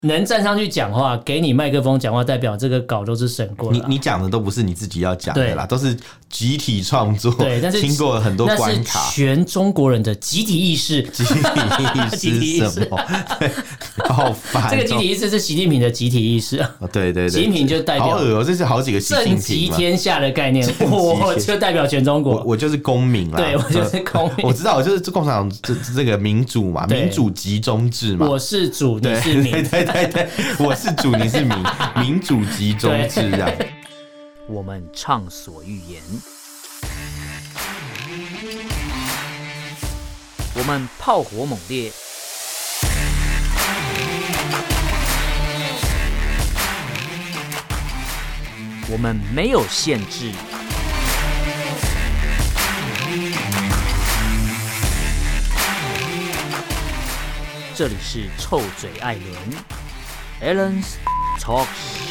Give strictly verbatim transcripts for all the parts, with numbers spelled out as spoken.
能站上去讲话，给你麦克风讲话，代表这个稿都是审过的。 你你讲的都不是你自己要讲的啦，都是集体创作， 对，但是经过了很多关卡， 那是全中国人的集体意识。 集体意识什么？好烦、喔！ 这个集体意识是习近平的集体意识啊、 哦。对对对， 习近平就代表好恶哦、喔，这是好几个习近平正极天下的概念，我就代表全中国。 我, 我就是公民啦， 对我就是公民。 我知道，我就是共产党这这个民主嘛，民主集中制嘛。 我是主，你是民。 对对对对，我是主，你是民，民主集中制啊。 我们畅所欲言，我们炮火猛烈，我们没有限制。这里是臭嘴艾伦 Alan's Talk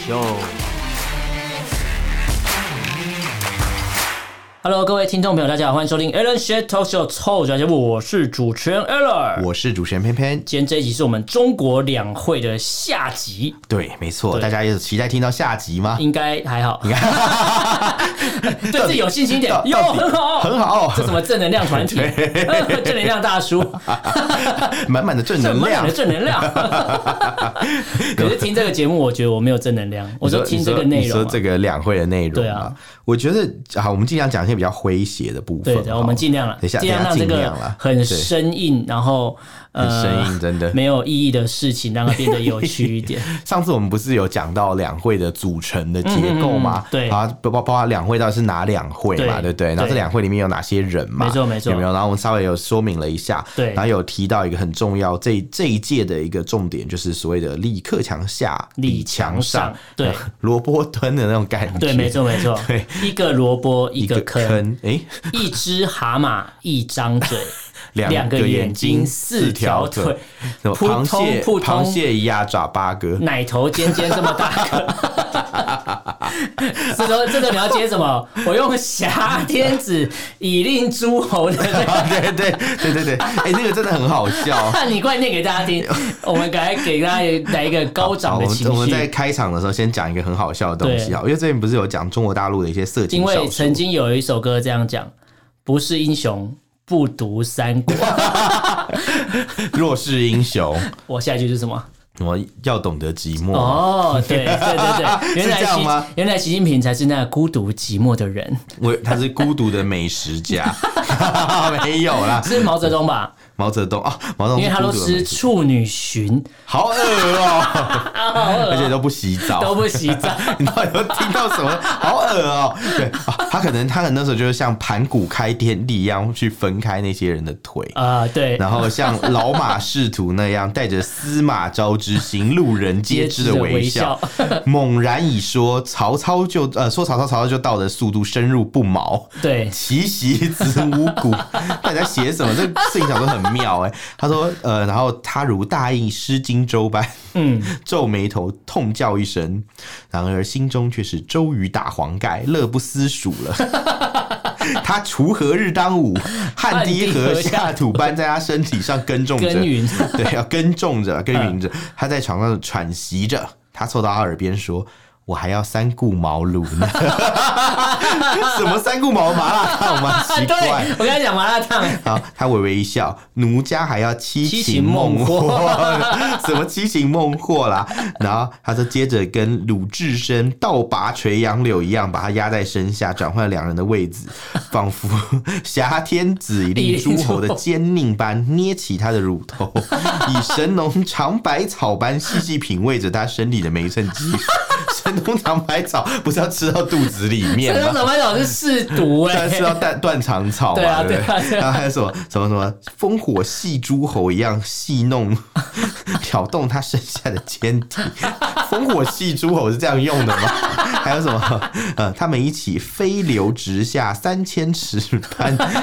Show。Hello， 各位听众朋友，大家好，欢迎收听 Alan Shit Talk Show 臭嘴节目，我是主持人 Alan， 我是主持人偏偏。 今天这一集是我们中国两会的下集， 对，没错，大家也期待听到下集吗？ 应该还好，对自己有信心一点，有很好， 很好， 这什么正能量团体，正能量大叔， 满满的正能量， 满满的正能量。可是听这个节目，我觉得我没有正能量，我说听这个内容， 你说这个两会的内容， 对啊， 我觉得好，我们尽量讲一些比较詼谐的部分。 对的，我们尽量了，尽量让这个很生硬，然后很生硬，真的没有意义的事情，让它变得有趣一点。 上次我们不是有讲到两会的组成的结构吗？ 嗯嗯、对， 啊，包包括两会到底是哪两会嘛，对不对？然后这两会里面有哪些人嘛？ 没错没错， 有没有？然后我们稍微有说明了一下， 对， 然后有提到一个很重要，这这一届的一个重点就是所谓的李克强下， 李强上，对， 萝卜蹲的那种感觉， 对，没错没错， 对， 一个萝卜一个坑， 哎， 一只蛤蟆一张嘴。 两个眼睛四条腿，螃蟹螃蟹一鸭爪八个， 奶头尖尖这么大个。这时候这个你要接什么？我用挟天子以令诸侯的、那個。对对对对对，哎、欸，那个真的很好笑。 那你快念给大家听，我们赶快给大家来一个高涨的情绪。 我们在开场的时候先讲一个很好笑的东西哈，因为这边不是有讲中国大陆的一些色情小说， 因为曾经有一首歌这样讲：不是英雄不读三国。 若是英雄， 我下一句是什么？ 什么要懂得寂寞？ 哦，对对对对，原来习原来习近平才是那孤独寂寞的人。 我他是孤独的美食家，没有啦， 是毛泽东吧？ 毛泽东啊，毛泽东， 因为他都吃处女鲟， 好恶哦、喔，而且都不洗澡， 都不洗澡。 你到底有听到什么？好恶哦、喔！对、啊，他可能他可能那时候就是像盘古开天地一样去分开那些人的腿啊、呃，对， 然后像老马仕途那样带着司马昭之心，路人皆知的微笑，猛然以说曹操就呃说曹操曹操就到的速度深入不毛， 对， 奇袭子午谷，到底在写什么？这摄影小说很妙哎、欸，他说呃，然后他如大应诗经周般，嗯，皱眉头痛叫一声，然而心中却是周瑜打黄盖，乐不思蜀了。他锄禾日当午，汗滴禾下土般在他身体上耕种着， 耕耘， 对，要耕种着，耕耘着。他在床上喘息着，他凑到他耳边说。我还要三顾茅庐呢，什么三顾茅麻辣烫吗？奇怪， 我跟他讲麻辣烫。 好，他微微一笑，奴家还要七情孟获，什么七情孟获啦？然后他就接着跟鲁智深倒拔垂杨柳一样，把他压在身下，转换了两人的位置，仿佛挟天子以令诸侯的奸佞般捏起他的乳头，以神农尝百草般细细品味着他身体的每一寸肌肤。神农尝百草不是要吃到肚子里面吗？ 神农尝百草是试毒哎、 欸，吃到断断肠草嘛， 对啊对啊对啊。 然后还有什么什么什么烽火戏诸侯一样戏弄挑动他身下的奸体，烽火戏诸侯是这样用的吗？还有什么呃，他们一起飞流直下三千尺般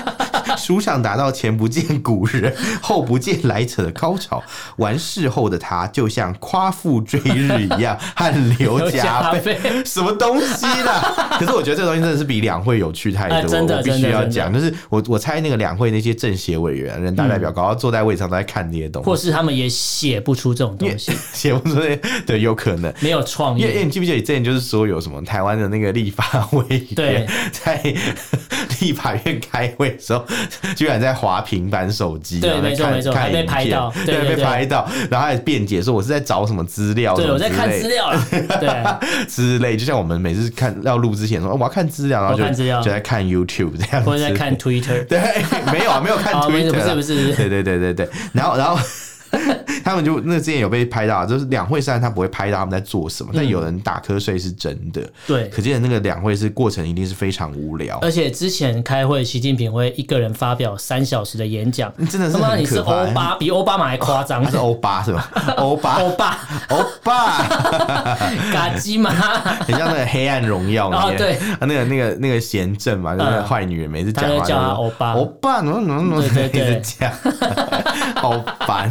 书上达到前不见古人后不见来者的高潮，完事后的他就像夸父追日一样汗流浃背，什么东西啦？可是我觉得这个东西真的是比两会有趣太多， 啊、真的我必须要讲。就是我我猜那个两会那些政协委员、人大代表，搞到坐在位上都在看这些东西， 或是他们也写不出这种东西， 写不出这些，对，有可能没有创意。 因为你记不记得你之前就是说有什么台湾的那个立法委员在立法院开会的时候，居然在滑平板手机， 对，没错没错，还被拍到，对对对，被拍到，然后还辩解说我是在找什么资料， 对，我在看资料了，对， 之类，就像我们每次看要录之前说我要看资料，然后就就在看 YouTube 这样子， 或者在看 Twitter， 对，没有啊，没有看 Twitter， 不是不是， 对对对对对，然后然后。他们就那之前有被拍到，就是两会虽然他不会拍到他们在做什么，嗯、但有人打瞌睡是真的。 对， 可见那个两会是过程一定是非常无聊。 而且之前开会，习近平会一个人发表三小时的演讲， 真的是很可怕。 你是欧巴，比欧巴马还夸张、 哦。他是欧巴是吧？欧巴， 欧巴， 欧巴， 嘎鸡嘛， 很像那个《黑暗荣耀》里面。 哦，对， 那个那个那个贤正嘛，就是那个坏女人，每次讲话就叫他欧巴， 欧巴，怎么怎么怎么一直讲，好烦。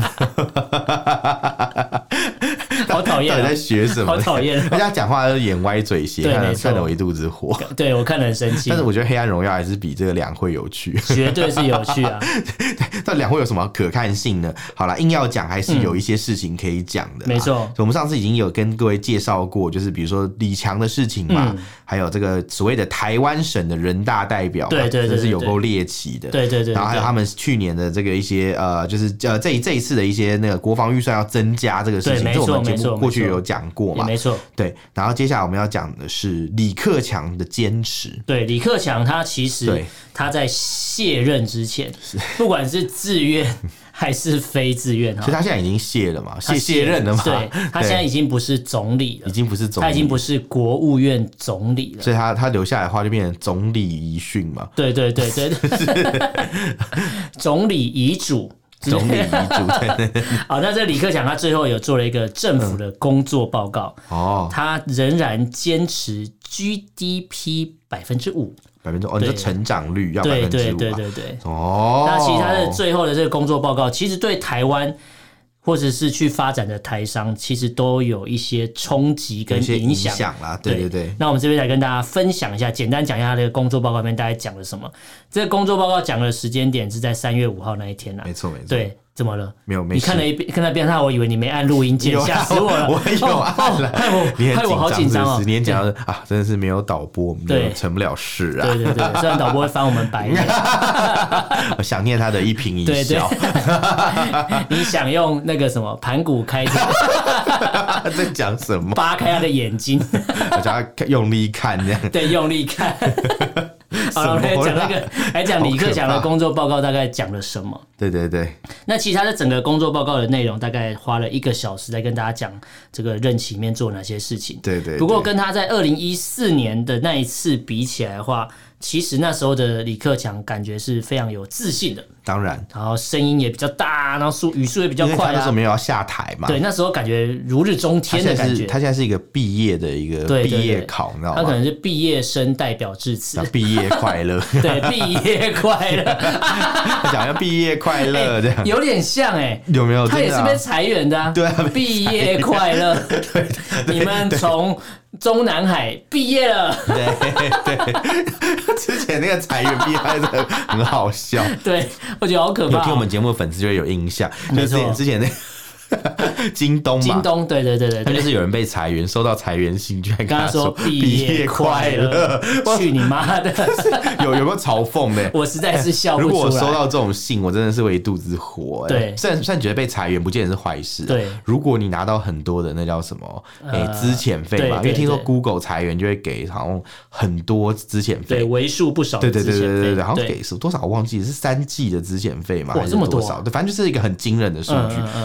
好讨厌、啊！ 到底在学什么？ 好讨厌！ 而且他讲话都是眼歪嘴斜，看看得我一肚子火。 对我看得很生气。 但是我觉得《黑暗荣耀》还是比这个两会有趣， 绝对是有趣啊！ 但两会有什么可看性呢？好啦，硬要讲，还是有一些事情可以讲的、嗯。 没错， 我们上次已经有跟各位介绍过，就是比如说李强的事情嘛，嗯、还有这个所谓的台湾省的人大代表嘛， 对对 对, 对， 这是有够猎奇的。 对 对, 对对对。 然后还有他们去年的这个一些呃，就是呃这这一次的一些那个国防预算要增加这个事情，这我们节目过去有讲过嘛， 没错。 对，然后接下来我们要讲的是李克强的坚持。 对，李克强他其实他在卸任之前，不管是自愿还是非自愿， 其实他现在已经卸了嘛，卸卸任了嘛。 对，他现在已经不是总理了， 已经不是总理， 他已经不是国务院总理了， 所以他他留下来的话就变成总理遗训嘛。 对对对对对，总理遗嘱。 总理遗嘱，对对。 好，那这李克强他最后有做了一个政府的工作报告，嗯、哦，他仍然坚持 G D P 百分之五。 百分之哦，你说成长率要百分之五， 对对对对对。 哦， 那其实他的最后的这个工作报告，其实对台湾或者是去发展的台商，其实都有一些冲击跟影响啦。对对对。 那我们这边来跟大家分享一下，简单讲一下他的工作报告里面大概讲了什么。这个工作报告讲的时间点是在三月五号那一天啦。 没错没错。 对。怎么了？ 没有，没事。你看了一遍，看了一遍，我以为你没按录音键，吓死我了！ 我有按了，害我， 你害我好紧张哦！ 你讲的啊，真的是没有导播，我们就成不了事啊！ 对对对，虽然导播会翻我们白眼， 我想念他的一颦一笑。 对对你想用那个什么盘古开天？ 在讲什么？ 扒开他的眼睛， 我叫他用力看这样。 对，用力看。好了，我们来讲那个，来讲李克强的工作报告大概讲了什么？ 对对对。 那其实他的整个工作报告的内容大概花了一个小时，在跟大家讲这个任期里面做哪些事情。 对 对, 对。 不过跟他在二零一四年的那一次比起来的话，其实那时候的李克强感觉是非常有自信的。 当然， 然后声音也比较大，然后速语速也比较快、啊。 因为他那时候没有要下台嘛。 对，那时候感觉如日中天的感觉。 他现在是一个毕业的一个毕业考，你知道吗？ 他可能是毕业生代表致辞。 毕业快乐。 对，毕业快乐。 他讲要毕业快乐这样、欸， 有点像哎、欸， 有没有？ 他也是被裁员的、啊。 对啊， 毕业快乐。 对， 你们从中南海毕业了。 对对，之前那个裁员毕业真的很好笑。 对，我觉得好可怕、哦。 有听我们节目的粉丝就会有印象，就是之前之前那。京东嘛， 京东，对对对对， 他就是有人被裁员，收到裁员信，居然跟他说毕业快乐，去你妈的！ 有有没有嘲讽的？ 我实在是笑不出来。 如果我收到这种信，我真的是会一肚子火。 对， 虽然虽然觉得被裁员不见得是坏事， 对。 如果你拿到很多的那叫什么，哎，资遣费嘛，因为听说 Google 裁员就会给好像很多资遣费， 对，为数不少。 对对对对对对，好像给是多少我忘记，是三季的资遣费嘛，还是多少？对，反正就是一个很惊人的数据，好像很。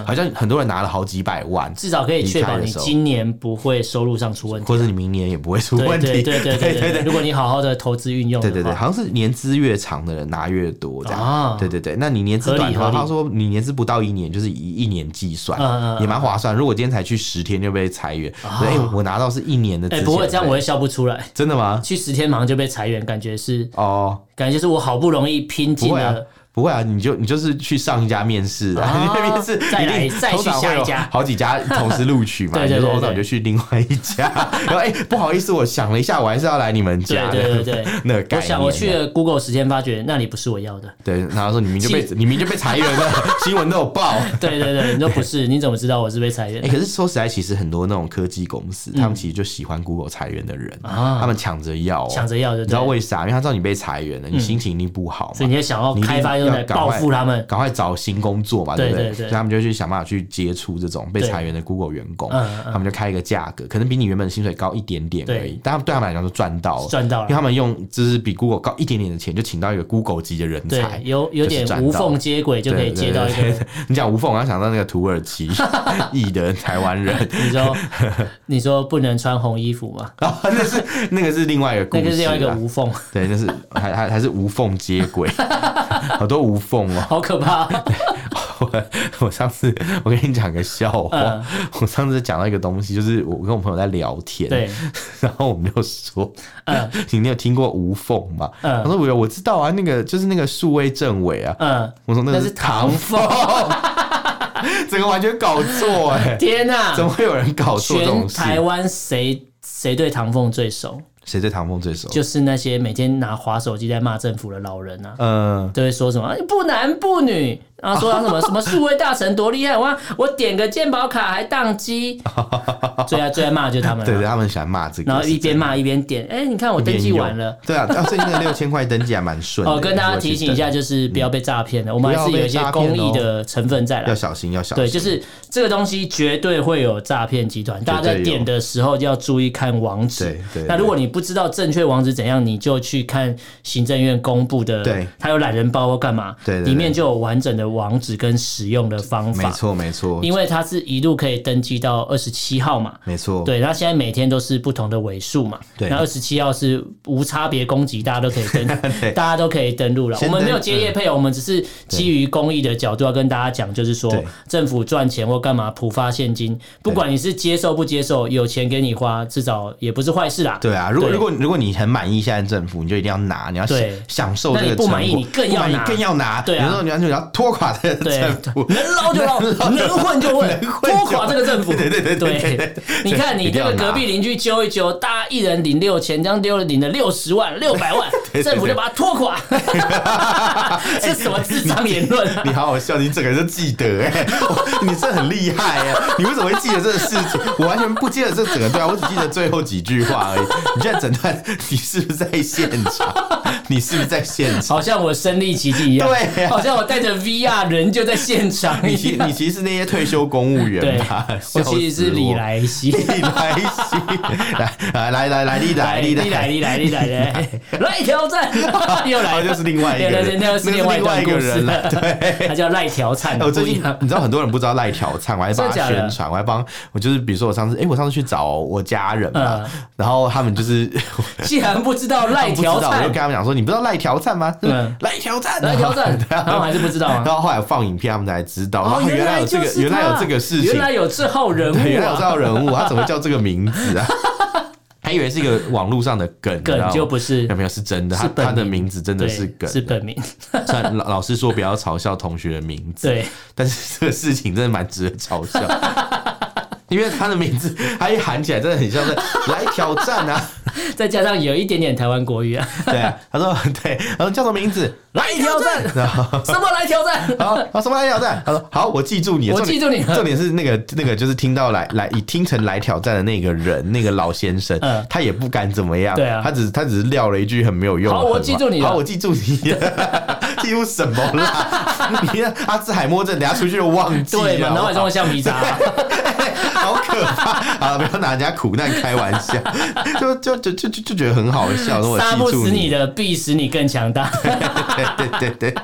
多人拿了好几百万， 至少可以确保你今年不会收入上出问题， 或者你明年也不会出问题。 对对对对对对，如果你好好的投资运用的话， 对对对，好像是年资越长的人拿越多这样。啊、对对对，那你年资短的话，他说你年资不到一年，就是以一年计算，嗯嗯也蛮划算。如果今天才去十天就被裁员，哎、欸，我拿到是一年的资遣费。哎， 不会这样，我会笑不出来。 真的吗？ 去十天马上就被裁员，感觉是哦，感觉就是我好不容易拼尽了。 不会啊，你就你就是去上一家面试的，啊、面试再来再去下一家， 好几家同时录取嘛， 对对对对， 你就说我就去另外一家。然后哎、欸，不好意思，我想了一下，我还是要来你们家。 对对对对， 那个概念。 我想我去了 Google 十天，发觉那里不是我要的。 对，然后说你明就被你明就被裁员了，新闻都有报。 对对对，你说不是，你怎么知道我是被裁员？ 哎、欸，可是说实在，其实很多那种科技公司，嗯、他们其实就喜欢 Google 裁员的人，啊、他们抢着要、哦， 抢着要， 你知道为啥？因为他知道你被裁员了，你心情一定不好嘛， 所以你也想要开发用来报复他。他们赶快找新工作嘛，对不对？ 对对对， 所以他们就去想办法去接触这种被裁员的 Google 员工，嗯嗯、他们就开一个价格，可能比你原本的薪水高一点点而已，但他们对他们来讲就赚到了， 赚到了， 因为他们用就是比 Google 高一点点的钱，就请到一个 Google 级的人才， 对，有有点无缝接轨就可以接到一个。 对对对对，你讲无缝，我刚想到那个土耳其裔的台湾人， 你说你说不能穿红衣服吗？ 哦，那是那个是另外一个故事， 那个是另外一个无缝， 对，那是还还还是无缝接轨，好多无缝哦， 好可怕。 我我上次我跟你讲个笑话，嗯、我上次讲到一个东西，就是我跟我朋友在聊天， 对， 然后我们就说，嗯、你有听过无缝吗？嗯、他说我有，我知道啊，那个就是那个数位政委啊，嗯，我说那个是唐凤。整个完全搞错哎、欸！ 天哪、啊， 怎么会有人搞错这种事？ 全台湾谁谁对唐凤最熟？ 谁对唐凤最熟？ 就是那些每天拿滑手机在骂政府的老人啊，嗯，都会说什么不男不女，然后说他什么什么数位大神多厉害，我我点个健保卡还宕机，最爱最爱骂就是他们、啊， 对对，他们喜欢骂这个， 然后一边骂一边点，哎、欸，你看我登记完了， 对啊，最近的六千块登记还蛮顺的。 哦，跟大家提醒一下，就是不要被诈骗了，嗯、我们还是有一些公益的成分在来， 要小心，要小心。 对，就是这个东西绝对会有诈骗集团，大家在点的时候就要注意看网址。 对 对, 对。 那如果你不知道正确网址怎样，你就去看行政院公布的， 对， 它有懒人包或干嘛， 对, 对, 对， 里面就有完整的网址跟使用的方法。 没错没错， 因为它是一路可以登记到二十七号嘛， 没错。 对，那现在每天都是不同的尾数嘛，对，那二十七号是无差别攻击，大家都可以登，大家都可以登录了。我们没有接业配、嗯，我们只是基于公益的角度要跟大家讲，就是说政府赚钱或干嘛普发现金，不管你是接受不接受，有钱给你花，至少也不是坏事啦。 对啊，如果如果如果你很满意现在政府，你就一定要拿，你要享受这个成果。那你不满意，你更要拿， 你更要拿。对啊，有时候你要你要拖垮这个政府， 能捞就捞，能混就混，拖垮这个政府。 对对对对对， 你看你这个隔壁邻居揪一揪，大家一人领六千，这样丢了领了六十万、六百万，政府就把它拖垮。这什么智障言论啊？ 你好好笑，你整个人都记得哎，你真的很厉害哎！你为什么会记得这个事情？我完全不记得这整个对啊，我只记得最后几句话而已。你现在整段，你是不是在现场？你是不是在现场？ 好像我身临其境一样，对、啊，好像我带着 V R 人就在现场一样。 你其你其实是那些退休公务员吧？ 我其实是李来熙， 李来熙，来来来来，李来李来李来李来李来来来挑战，又来， 就是另外一个人， 那是另外一个人了， 对， 他叫赖条灿。我最近你知道很多人不知道赖条灿，我还帮他宣传，我还帮我就是比如说我上次，哎，我上次去找我家人嘛，然后他们就是既然不知道赖条灿， 我就跟他们讲说，你不知道赖条灿吗？赖条灿， 赖条灿，然后还是不知道啊。 然后后来放影片，他们才知道，然后原来有这个，原来有这个事情， 原来有这号人物， 原来有这号人物，他怎么叫这个名字啊？还以为是一个网络上的梗， 梗就不是， 有没有是真的？他他的名字真的是梗， 是本名。 虽然老老师说不要嘲笑同学的名字， 对， 但是这个事情真的蛮值得嘲笑，因为他的名字，他一喊起来真的很像是来挑战啊， 再加上有一点点台湾国语啊。 对啊，他说对，他说叫什么名字？ 来挑战，什么来挑战？ 然后什么来挑战？他说好，我记住你， 我记住你。 重点是那个那个就是听到来来以听成来挑战的那个人，那个老先生，嗯、他也不敢怎么样， 对啊， 他只他只是撂了一句很没有用的。 好，我记住你， 好，我记住你，记住什么啦？你阿兹海默症，等下出去就忘记了， 对嘛？脑海中的橡皮擦。 好可怕！好了，不要拿人家苦难开玩笑，就就就就就觉得很好笑。 杀不死你的，必使你更强大。 对对对对，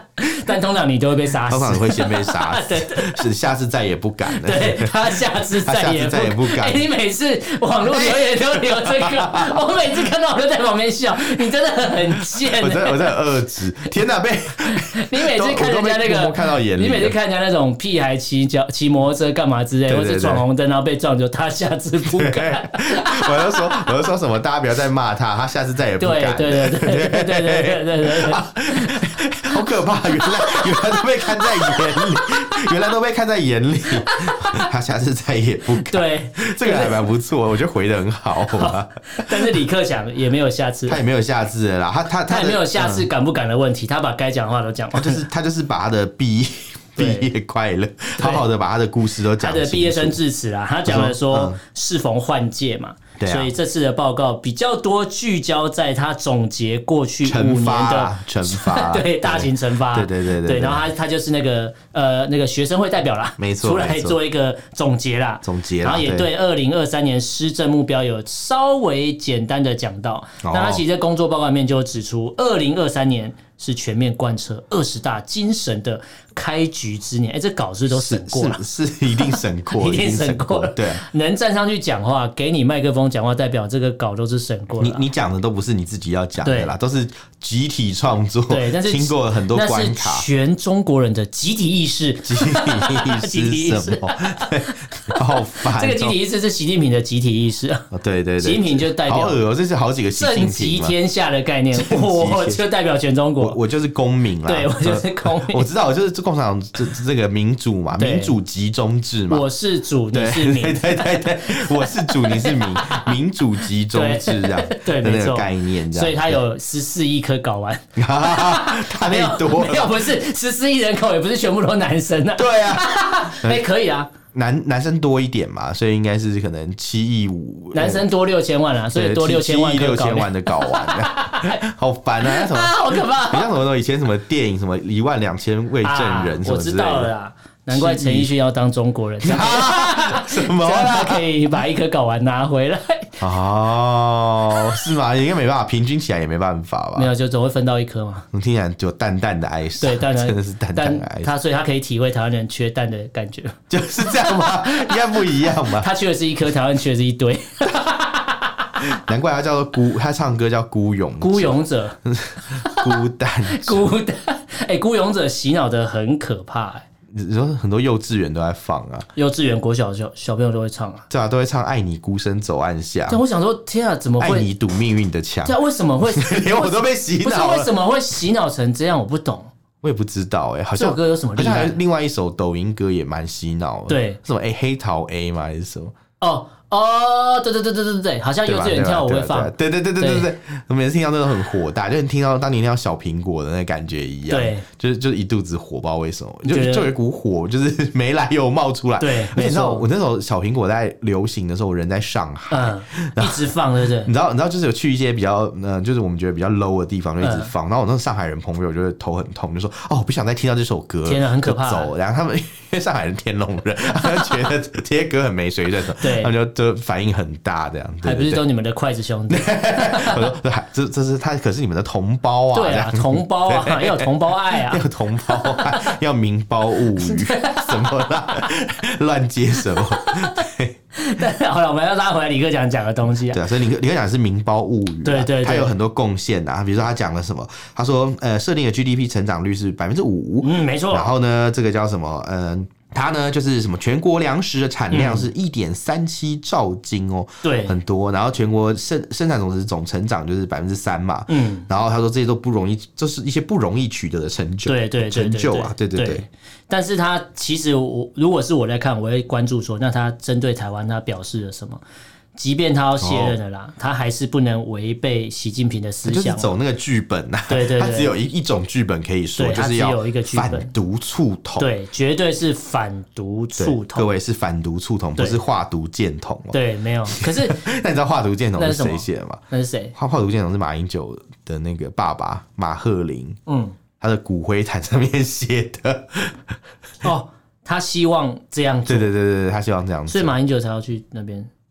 但通常你都会被杀死， 通常你会先被杀死，是下次再也不敢了。 对，他下次再也不, 再也不敢。 哎、欸，你每次网络留言都留这个，我每次看到我就在旁边笑，你真的很贱、欸。 我在我在遏制，天哪，被你每次看人家那个， 看到眼里， 你每次看人家那种屁孩骑脚骑摩托车干嘛之类，或是闯红灯然后被撞，就他下次不敢。 我就说，我就说什么，大家不要再骂他，他下次再也不敢。 对对对对对对对对对对， 好可怕！原来原来都被看在眼里，原来都被看在眼里。他下次再也不敢。 对， 这个还蛮不错，我觉得回得很好啊。 但是李克强也没有下次， 他也没有下次了啦。他他他也没有下次敢不敢的问题，他把该讲的话都讲完。 他就是他就是把他的毕业毕业快乐，好好的把他的故事都讲。 他的毕业生致辞啦，他讲了说适逢换届嘛。 对啊、 所以这次的报告比较多聚焦在他总结过去五年的惩罚， 对大型惩罚， 对对对 对, 对，然后他他就是那个呃那个学生会代表啦， 没错， 出来做一个总结啦， 总结， 然后也对二零二三年施政目标有稍微简单的讲到。哦、那他其实在工作报告里面就指出，二零二三年是全面贯彻二十大精神的开局之年。哎、欸，这稿是都审过了， 是一定审过， 一定审过了， 对， 能站上去讲话，给你麦克风讲话，代表这个稿都是审过了。 你你讲的都不是你自己要讲的啦，都是集体创作， 对，但是经过了很多关卡， 那是全中国人的集体意识， 集体意识，集体意识，好烦、喔。 这个集体意识是习近平的集体意识， 哦、对对对， 习近平就代表， 好恶哦、喔，这是好几个习近平正极天下的概念，我就代表全中国， 我, 我就是公民啦， 对我就是公民， 我知道，我就是共产党这这个民主嘛，民主集中制嘛， 我是主，你是民， 对对对对，我是主，你是民，民主集中制这样， 对， 的那个概念这样， 所以他有十四亿颗睾丸， 太多了， 没有不是十四亿人口，也不是全部都男生啊， 对啊， 哎、欸，可以啊。 男男生多一点嘛，所以应该是可能七亿五， 男生多六千万啦，所以多六千万六千万的睾丸，好烦啊！什么、啊？ 好可怕！ 你像什么以前什么电影什么一万两千位证人什么之类的， 啊、我知道了啦。难怪陈奕迅要当中国人， 什么、啊？ 他可以把一颗睾丸拿回来。 哦，是吗？应该没办法，平均起来也没办法吧？ 没有，就总会分到一颗嘛。 听起来就淡淡的哀伤， 对，淡淡真的是淡淡的哀伤。 他所以他可以体会台湾人缺蛋的感觉， 就是这样吗？应该不一样吧？ 他缺的是一颗，台湾缺的是一堆。 难怪他叫做孤，他唱歌叫孤勇者， 孤勇者， 孤单， 孤单。哎、欸，孤勇者洗脑的很可怕、欸。 你说很多幼稚园都在放啊， 幼稚园、国小小小朋友都会唱啊， 对啊，都会唱《爱你孤身走暗巷》。 但我想说，天啊，怎么会？ 爱你赌命运的枪。 对啊，为什么会？ 连我都被洗脑了。 不是为什么会洗脑成这样？我不懂。 我也不知道哎、欸，好像这首歌有什么厉害？ 好像还有另外一首抖音歌也蛮洗脑的， 对， 什么 A 黑桃 A 吗？还是什么？ 哦。哦，对对对对对对，好像幼稚园跳舞会放， 对对对对对对，我每次听到都很火大，就听到当年听到小苹果的那感觉一样，对，就是就是一肚子火，不知道为什么，就就有一股火，就是没来由冒出来。 对， 而且你知道我那时候小苹果在流行的时候，我人在上海， 嗯，一直放，对不对？ 你知道你知道就是有去一些比较呃，就是我们觉得比较 low 的地方就一直放，然后我那上海人朋友就会头很痛，就说哦，不想再听到这首歌， 天啊，很可怕。 走，然后他们因为上海人天龙人，他们觉得这些歌很没水准， 对， 他们就就反应很大这样， 还不是都你们的筷子兄弟？ 我说这这是他，可是你们的同胞啊！ 对啊，同胞啊，要有同胞爱啊， 要有同胞爱，要民胞物语，什么啦？乱接什么？ 但好了，我们要拉回来李克强讲的东西啊。 对啊，所以李克李克强是民胞物语、啊， 对 对, 对， 他有很多贡献啊。比如说他讲了什么？他说呃，设定的 G D P 成长率是百分之五， 嗯，没错。 然后呢，这个叫什么？嗯、呃。它呢，就是什么全国粮食的产量是一点三七兆斤哦， 对， 很多。然后全国生生产总值总成长就是百分之三嘛，嗯。然后他说这些都不容易，就是一些不容易取得的成就， 对对成就啊，对对 对, 对。但是他其实我如果是我在看，我会关注说，那他针对台湾他表示了什么？即便他要卸任了啦，哦、他还是不能违背习近平的思想， 就是走那个剧本呐、啊。 对对对， 他只有一一种剧本可以说，就是要反独促统。 对，绝对是反独促统。 各位是反独促统，不是画毒箭筒哦。 对，没有。可是那你知道画毒箭筒是谁写的吗？ 那是谁？ 画画毒箭筒是马英九的那个爸爸马鹤龄， 嗯， 他的骨灰坛上面写的。 哦。他希望这样做， 对对对对，他希望这样做， 所以马英九才要去那边。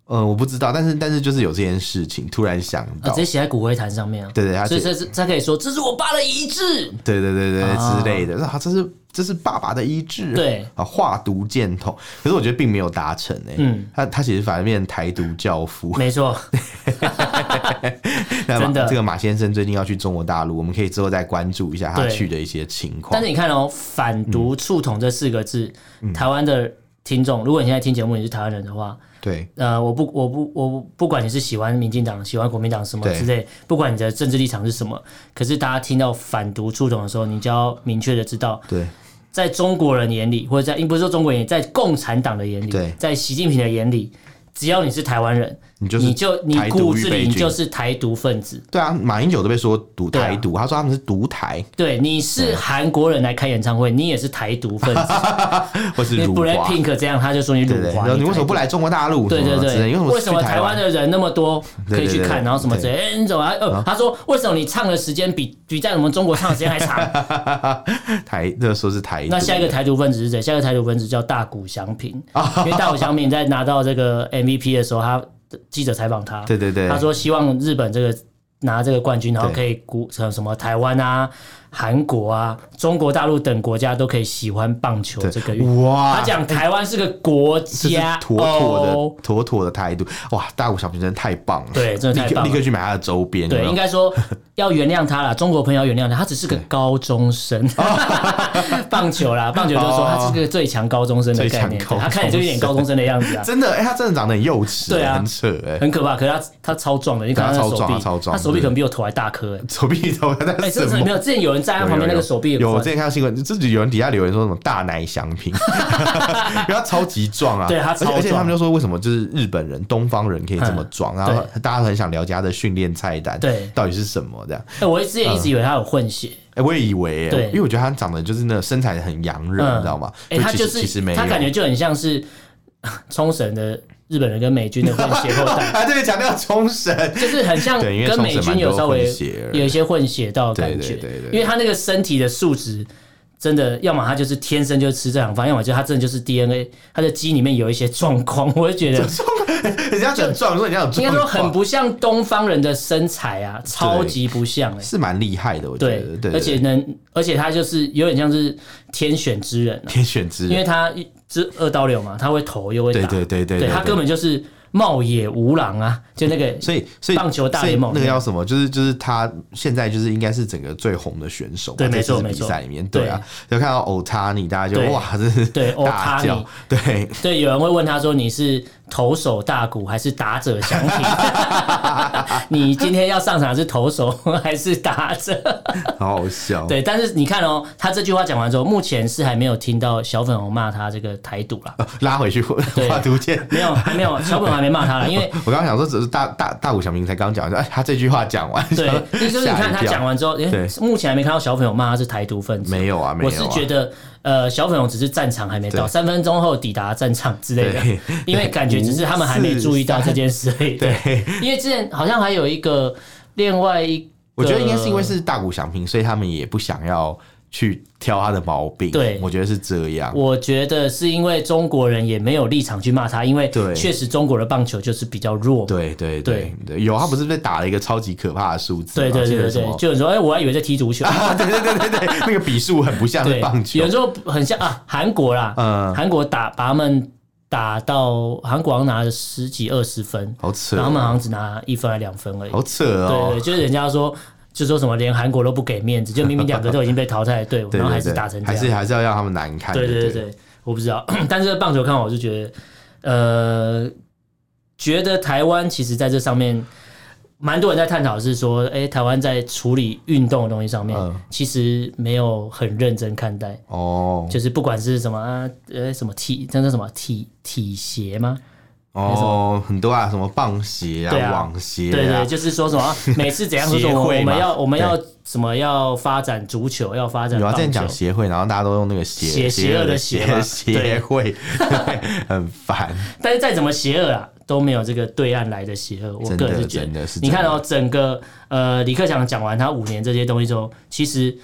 呃，我不知道，但是但是就是有这件事情，突然想到， 啊、直接写在骨灰坛上面啊。 对对，他所以这是他可以说这是我爸的遗志， 对对对对、啊、之类的，啊，这是这是爸爸的遗志， 对啊， 画毒箭筒，可是我觉得并没有达成哎、欸，嗯，他他其实反而变成台独教父， 没错，真的， 这个马先生最近要去中国大陆，我们可以之后再关注一下他去的一些情况。 但是你看哦，反毒促统这四个字，嗯、台湾的听众，如果你现在听节目你是台湾人的话。 对， 呃，我不，我不，我不管你是喜欢民进党、喜欢国民党什么之类，不管你的政治立场是什么，可是大家听到反毒促统的时候，你就要明确的知道， 对， 在中国人眼里，或者在不是说中国人眼里，在共产党的眼里， 对， 在习近平的眼里，只要你是台湾人， 你就是你就你骨子里你就是台独分子。 对啊，马英九都被说独台独、啊，他说他们是独台。 对，你是韩国人来开演唱会，你也是台独分子， 或是辱华。 你 Blackpink 这样，他就说你辱华。 你为什么不来中国大陆？ 对对对， 为什么为什么台湾的人那么多可以去看，然后什么之类？哎，你怎么？呃，他说为什么你唱的时间比比在我们中国唱的时间还长？ 台这说是台独。 那下一个台独分子是谁？下一个台独分子叫大谷翔平，因为大谷翔平在拿到这个 M V P 的时候，他记者采访他， 对对对， 他说希望日本这个拿这个冠军，然后可以鼓什么台湾啊、韩国啊、中国大陆等国家都可以喜欢棒球这个运动。哇！他讲台湾是个国家， 妥妥的妥妥的态度。哇！大谷翔平真的太棒了， 对，真的太棒了， 立刻去买他的周边。 对，应该说要原谅他啦，中国朋友要原谅他，他只是个高中生。棒球啦，棒球就是说他是个最强高中生的概念，他看起来就有点高中生的样子啊。 真的，哎，他真的长得很幼稚，对啊，很扯，哎， 很可怕。可是他他超壮的，你看他手臂， 他超壮， 他手臂可能比我头还大颗，哎， 手臂头还大。 哎，这没有，之前有人在他旁边那个手臂有，我之前看到新闻，自己有人底下留言说什么大奶翔平，因为他超级壮啊， 对他超壮， 而且他们就说为什么就是日本人、东方人可以这么壮，然后大家很想了解他的训练菜单，对，到底是什么这样。 哎，我之前一直以为他有混血。 哎、欸，我也以为、欸，对，因为我觉得他长得就是那个身材很洋人、嗯，你知道吗？ 哎、欸，他就是其实没有， 他感觉就很像是冲绳的日本人跟美军的混血后代。 他这里强调冲绳， 就是很像跟美军有稍微有一些混血到的感觉，对对对对，因为他那个身体的素质。真的，要么他就是天生就吃这两饭，要么就他真的就是 D N A， 他的基因里面有一些状况，我就觉得， 人家讲壮，说人家有状况， 应该说很不像东方人的身材啊，超级不像、欸， 是蛮厉害的，我觉得，对，对而且能，而且他就是有点像是天选之人、啊， 天选之人， 因为他是二刀流嘛，他会投又会打， 对对对 对, 对, 对，他根本就是。茂野无郎啊，就那个， 所以所以棒球大联盟那个叫什么？就是就是他现在就是应该是整个最红的选手， 对，没错没错，比赛里面，对啊，就看到欧塔尼，大家就哇，这是对大叫，对对，有人会问他说你是投手大谷还是打者翔平？你今天要上场是投手还是打者？ 好好笑， 对，但是你看哦，他这句话讲完之后，目前是还没有听到小粉红骂他这个台独啦， 哦、拉回去画图鉴， 没有还没有，小粉红还没骂他了，因为我刚刚想说只是大大大谷翔平才刚讲，哎，他这句话讲完， 对，就是你看他讲完之后，哎，目前还没看到小粉红骂他是台独分子， 没有啊，没有啊， 我是觉得。呃，小粉红只是战场还没到，三分钟后抵达战场之类的，因为感觉只是他们还没注意到这件事而已。对，因为之前好像还有一个另外一个， 我觉得应该是因为是大谷翔平，所以他们也不想要去挑他的毛病。对，我觉得是这样。 我觉得是因为中国人也没有立场去骂他，因为确实中国的棒球就是比较弱。 对对对对，有他不是被打了一个超级可怕的数字？ 对对对对对，就有人说，哎，我还以为在踢足球。 啊、对对对对对，那个比数很不像是棒球， 有时候很像啊，韩国啦，嗯，韩国打把他们打到韩国好像拿了十几二十分， 好扯、哦， 然后他们好像只拿一分还两分而已， 好扯哦。 对对，就是人家说。就说什么连韩国都不给面子，就明明两个都已经被淘汰的队伍，然后还是打成这样， 还是还是要让他们难看。 对对对对，我不知道，但是棒球看我就觉得，呃，觉得台湾其实在这上面，蛮多人在探讨是说，哎、欸，台湾在处理运动的东西上面，嗯、其实没有很认真看待。哦，就是不管是什么啊，呃，什么体，那叫什么体体协吗？ 哦，很多啊，什么棒协啊、啊网协、啊， 对对，就是说什么每次怎样说我们要我们要什么要发展足球，要发展棒球。 有啊，之前讲协会，然后大家都用那个邪邪恶的邪协会，很烦。 但是再怎么邪恶啊，都没有这个对岸来的邪恶。我个人是觉得，你看哦，整个呃李克强讲完他五年这些东西之后，其实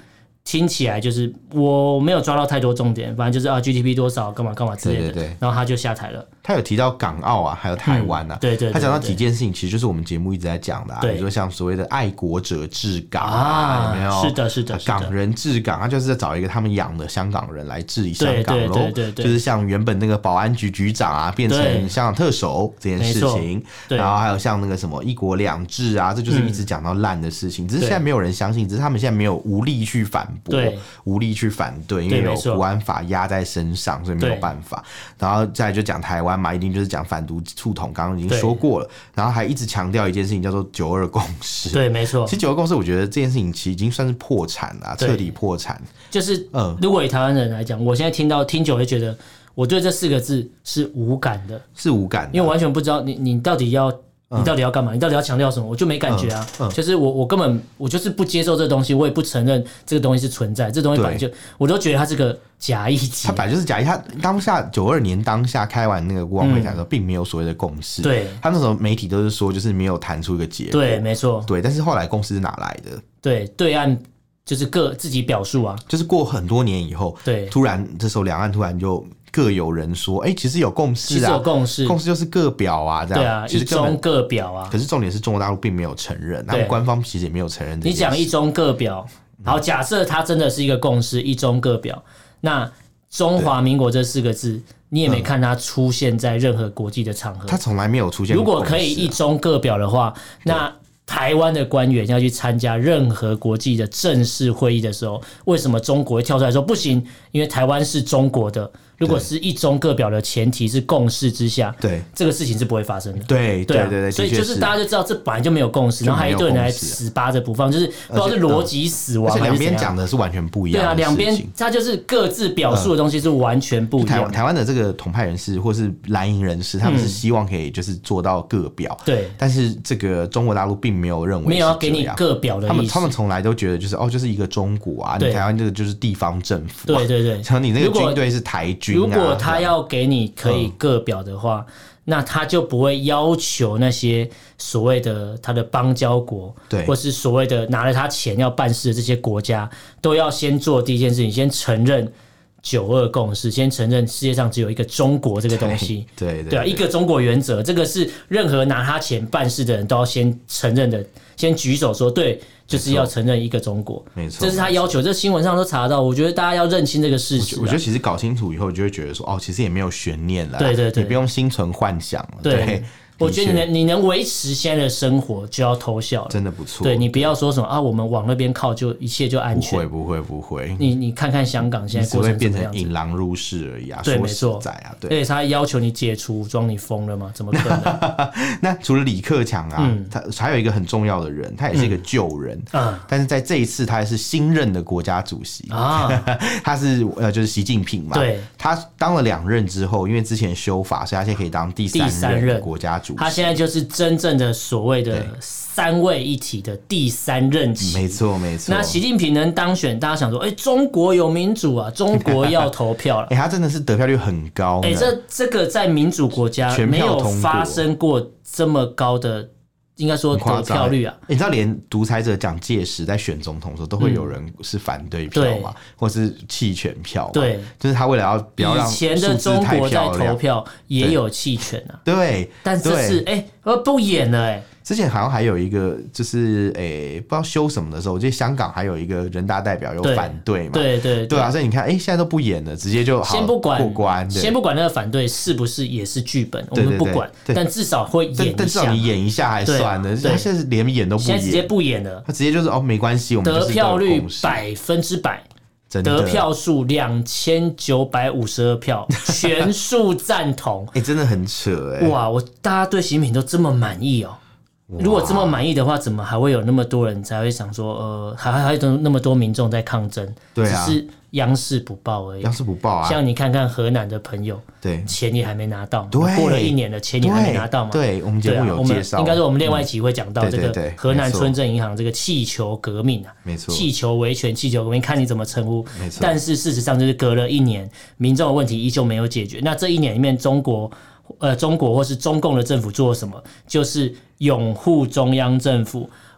听起来就是我没有抓到太多重点，反正就是啊 G D P 多少干嘛干嘛之类的，对对对，然后他就下台了。 他有提到港澳啊，还有台湾啊、嗯， 对 对, 对, 对, 对， 他讲到几件事情，其实就是我们节目一直在讲的、啊，比如说像所谓的爱国者治港啊，啊有没有？ 是的，是的，是的， 港人治港，他就是在找一个他们养的香港人来治理香港咯， 对对对对， 就是像原本那个保安局局长啊，变成香港特首这件事情，然后还有像那个什么一国两制啊，这就是一直讲到烂的事情、嗯，只是现在没有人相信，只是他们现在没有无力去反驳，无力去反对，因为有国安法压在身上，所以没有办法。然后再来就讲台湾嘛，一定就是讲反毒促统，刚刚已经说过了，然后还一直强调一件事情叫做九二共识。 对，没错。 其实九二共识，我觉得这件事情其实已经算是破产了，彻底破产。就是，嗯， 如果以台湾人来讲，我现在听到听久会觉得，我对这四个字是无感的， 是无感的， 因为我完全不知道你你到底要。你到底要干嘛？你到底要强调什么？我就没感觉啊，嗯嗯、就是我我根本我就是不接受这个东西，我也不承认这个东西是存在，这东西本来就我都觉得它是个假议题。 它本来就是假议，它当下九二年当下开完那个国防会谈的时候、嗯，并没有所谓的共识。 对， 他那时候媒体都是说，就是没有谈出一个结果。 对，没错。 对，但是后来共识是哪来的？ 对，对岸就是各自己表述啊， 就是过很多年以后， 对， 突然这时候两岸突然就。各有人说，哎、欸，其实有共识啊， 其实有共识， 共识就是各表啊，这样。 对啊，一中各表啊。 可是重点是中国大陆并没有承认，他们官方其实也没有承认这件事。 你讲一中各表，好，假设它真的是一个共识，一中各表，那中华民国这四个字，你也没看它出现在任何国际的场合， 它从来没有出现过。 如果可以一中各表的话，那台湾的官员要去参加任何国际的正式会议的时候，为什么中国会跳出来说不行？因为台湾是中国的。如果是一中各表的前提是共识之下，对这个事情是不会发生的。 对对 对, 对、啊、 所以就是大家就知道这本来就没有共识，然后还一堆人来死扒着不放，就是不知道是逻辑死亡还是怎样。 两边讲的是完全不一样的事情。对啊，两边他就是各自表述的东西是完全不一样的。 台湾台湾的这个统派人士或是蓝营人士，他们是希望可以就是做到各表，对、嗯。但是这个中国大陆并没有认为没有要给你各表的意思， 他们他们从来都觉得就是哦，就是一个中国啊，你台湾这个就是地方政府、啊， 对对对。 然后你那个军队是台军、啊， 如果他要要给你可以各表的话、嗯，那他就不会要求那些所谓的他的邦交国，对，或是所谓的拿了他钱要办事的这些国家，都要先做第一件事情，先承认九二共识，先承认世界上只有一个中国这个东西， 对 对, 对, 对啊，一个中国原则，这个是任何拿他钱办事的人都要先承认的，先举手说对。就是要承认一个中国，没错，这是他要求，这新闻上都查得到。我觉得大家要认清这个事实、啊。 我觉得其实搞清楚以后，就会觉得说，哦，其实也没有悬念了， 对对对， 你不用心存幻想了，对。对我觉得你能你能维持现在的生活就要偷笑了， 真的不错。 对你不要说什么啊，我们往那边靠就一切就安全， 不会不会不会。 你你看看香港现在过程怎么样子， 只会变成引狼入室而已啊。 对，没错， 在啊，对。 而且他要求你解除武装，你疯了吗？怎么可能？ 那除了李克强啊，嗯、他还有一个很重要的人，他也是一个旧人，嗯，但是在这一次他还是新任的国家主席啊，他是呃就是习近平嘛，对，他当了两任之后，因为之前修法，所以他现在可以当第三任国家主席， 他现在就是。真正的所谓的三位一体的第三任期， 没错没错。 那习近平能当选，大家想说，哎、欸，中国有民主啊，中国要投票了。 哎、欸，他真的是得票率很高。 哎、欸，这这个在民主国家没有发生过这么高的。应该说得票率啊、 欸，你知道连独裁者蒋介石在选总统的时候，都会有人是反对票嘛，嗯、或是弃权票嘛，对，就是他为了要不要让以前的中国在投票也有弃权啊， 对， 但这是哎、欸，不演了哎、欸。 之前好像还有一个，就是诶、欸，不知道修什么的时候，我记得香港还有一个人大代表有反对嘛， 对 对 对, 对啊，所以你看，哎、欸，现在都不演了，直接就好先不管过关， 先不管那个反对是不是也是剧本，我们不管，对对对，但至少会演一下， 但至少你演一下还算了，他现在连演都不演， 现在直接不演了， 他直接就是哦，没关系，我们得票率百分之百。得票数两千九百五十二票，全数赞同。 哎、欸，真的很扯哎、欸！ 哇，我大家对习近平都这么满意哦。如果这么满意的话，怎么还会有那么多人才会想说，呃，还还有那么多民众在抗争？对啊，只是央视不报而已。 央视不报啊！ 像你看看河南的朋友，对，钱也还没拿到， 对， 过了一年了，钱也还没拿到嘛。 对，对我们节目有介绍、啊， 应该是我们另外一集会讲到这个河南村镇银行这个气球革命啊， 没错， 气球维权、气球革命，看你怎么称呼。没错，但是事实上就是隔了一年，民众的问题依旧没有解决。那这一年里面，中国。呃，中国或是中共的政府做了什么？就是拥护中央政府，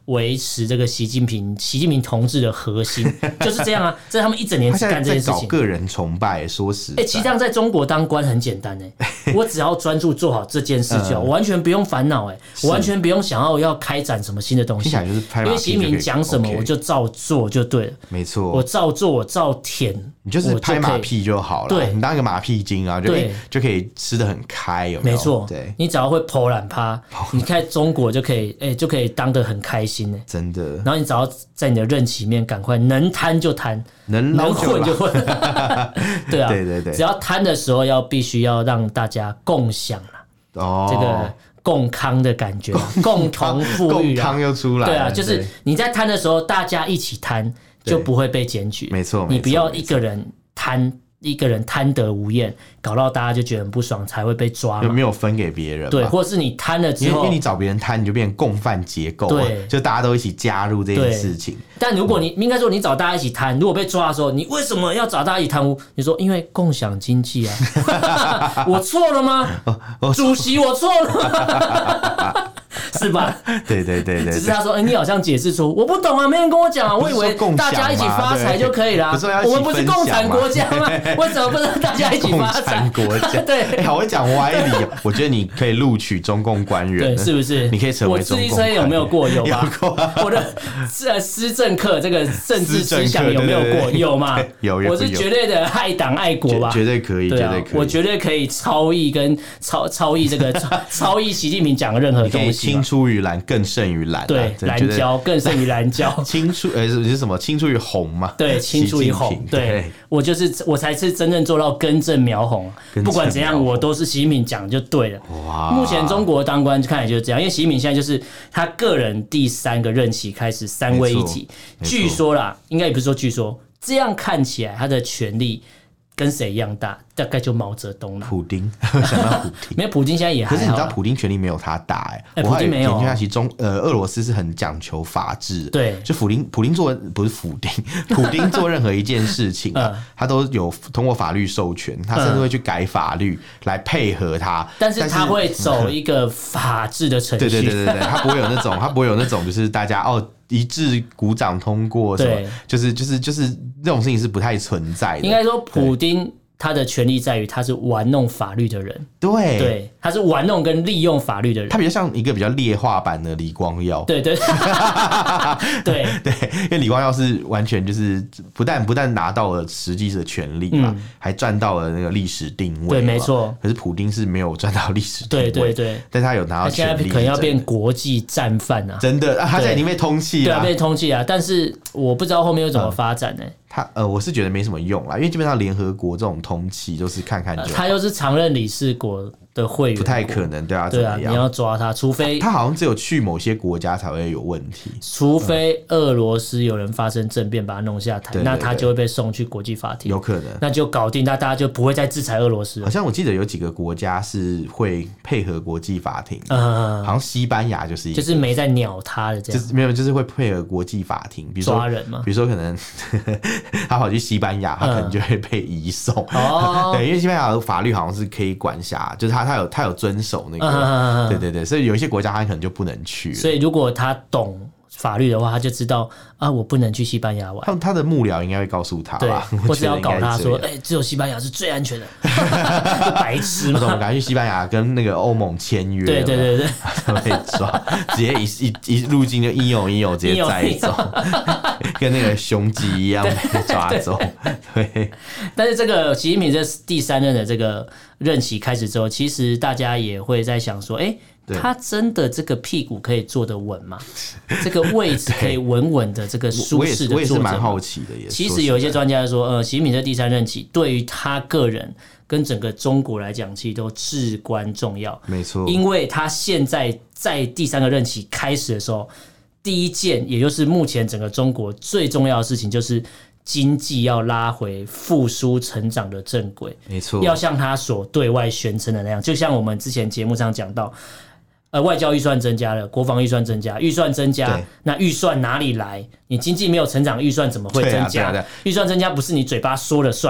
维持这个习近平习近平同志的核心，就是这样啊。这是他们一整年只干这件事情。 他在搞个人崇拜，说实在， 哎、欸，其实这样在中国当官很简单哎、欸，我只要专注做好这件事就好，我完全不用烦恼哎，我完全不用想要要开展什么新的东西， 就是拍因为习近平讲什么我就照做就对了。没错， 我照做，我照舔， 你就是拍马屁就好了。对，你当一个马屁精啊，就可以就可以吃得很开，有没有？ 没错， 对， 你只要会剖懒趴，你看中国就可以，哎、欸，就可以当得很开心哎、欸， 真的。 然后你只要在你的任期里面赶快能贪就贪， 能能混就混，对啊， 对对对， 只要贪的时候要必须要让大家共享啦，哦，这个共康的感觉，共同富裕， 共康又出来了， 对啊，就是你在贪的时候，大家一起贪，就不会被检举， 没错， 你不要一个人贪。一个人贪得无厌，搞到大家就觉得很不爽，才会被抓嘛。 没有分给别人， 对，或者是你贪了之后， 因为你找别人贪，你就变成共犯结构，对，就大家都一起加入这件事情。 但如果你、嗯、应该说你找大家一起贪，如果被抓的时候，你为什么要找大家一起贪污？你说因为共享经济啊，我错了吗？主席，我错了吗？是吧？ 对对对 对, 对， 只是他说，欸、你好像解释错，我不懂啊，没人跟我讲啊，我以为大家一起发财就可以了、啊。我们不是共产国家吗？为什么不能大家一起发财？ 共产国家，对，欸、好会讲歪理哦。我觉得你可以录取中共官员， 对，是不是？ 你可以成为中共官员。 我自力车有没有过？有吧？有过、啊。我的施政课这个政治思想有没有过？对对对有吗？ 有有。 我是绝对的爱党爱国吧？ 绝对可以， 对啊、 绝对可以。 我绝对可以超越跟超超越这个超越习近平讲的任何东西。 青出于蓝更胜于蓝、啊， 对，蓝椒更胜于蓝椒。 青出呃是什么？青出于红嘛？ 对，青出于红。对，对我就是我才是真正做到根正苗红。不管怎样，我都是习近平讲就对了。哇！目前中国当官看起来就是这样，因为习近平现在就是他个人第三个任期开始三位一体。据说啦，应该也不是说据说，这样看起来他的权力跟谁一样大？大概就毛泽东了。 普丁，想到普丁， 没有普丁现在也还好。 可是你知道普丁权力没有他大哎、欸， 欸、普丁没有。 研究下，其实中呃俄罗斯是很讲求法治， 对， 就普丁普丁做不是普丁，普丁做任何一件事情啊，嗯、他都有通过法律授权，他甚至会去改法律来配合他， 但是他会走一个法治的程序， 对对对对对，他不会有那种他不会有那种就是大家哦。一致鼓掌通过什么，就是就是就是这种事情是不太存在的。 应该说，普丁他的权力在于他是玩弄法律的人， 对对，他是玩弄跟利用法律的人， 他比较像一个比较劣化版的李光耀， 对对对对，因为李光耀是完全就是不但不但拿到了实际的权利嘛，嗯、还赚到了那个历史定位， 对，没错。 可是普丁是没有赚到历史定位， 对对对， 但是他有拿到权利， 他现在可能要变国际战犯啊， 真的，啊、他现在已经被通缉了， 对啊，被通缉啊，但是我不知道后面又怎么发展呢、欸？嗯他呃，我是觉得没什么用啦，因为基本上联合国这种通缉都是看看就好、呃。 他又是常任理事国的会员， 不太可能对啊， 对啊，你要抓他，除非他, 他好像只有去某些国家才会有问题， 除非俄罗斯有人发生政变把他弄下台， 嗯、 那他就会被送去国际法庭， 有可能， 那就搞定，那大家就不会再制裁俄罗斯了。 好像我记得有几个国家是会配合国际法庭，嗯，好像西班牙就是一个， 就是没在鸟他的这样， 就是没有，就是会配合国际法庭，比如说抓人嘛， 比如说可能他跑去西班牙，他可能就会被移送。哦、嗯，对，因为西班牙的法律好像是可以管辖，就是他他有他有遵守那个，嗯、对对对，所以有一些国家他可能就不能去了。 所以如果他懂法律的话，他就知道啊，我不能去西班牙玩。 他他的幕僚应该会告诉他吧， 对，或者要搞他说，哎、欸，只有西班牙是最安全的，白痴嘛！ 我们赶快去西班牙跟那个欧盟签约， 对对对对， 被抓，直接一一一入境就一有一有直接载走，跟那个雄鸡一样被抓走。对，对但是这个习近平这第三任的这个任期开始之后，其实大家也会在想说，哎、欸。他真的这个屁股可以坐得稳吗？这个位置可以稳稳的这个舒适的坐着吗？ 我也是蛮好奇的。也其实有一些专家说，呃，习近平这第三任期对于他个人跟整个中国来讲，其实都至关重要。 没错， 因为他现在在第三个任期开始的时候，第一件也就是目前整个中国最重要的事情就是。经济要拉回复苏成长的正轨， 没错， 要像他所对外宣称的那样，就像我们之前节目上讲到，呃，外交预算增加了，国防预算增加，预算增加，那预算哪里来？你经济没有成长，预算怎么会增加？预算增加不是你嘴巴说了算诶、欸。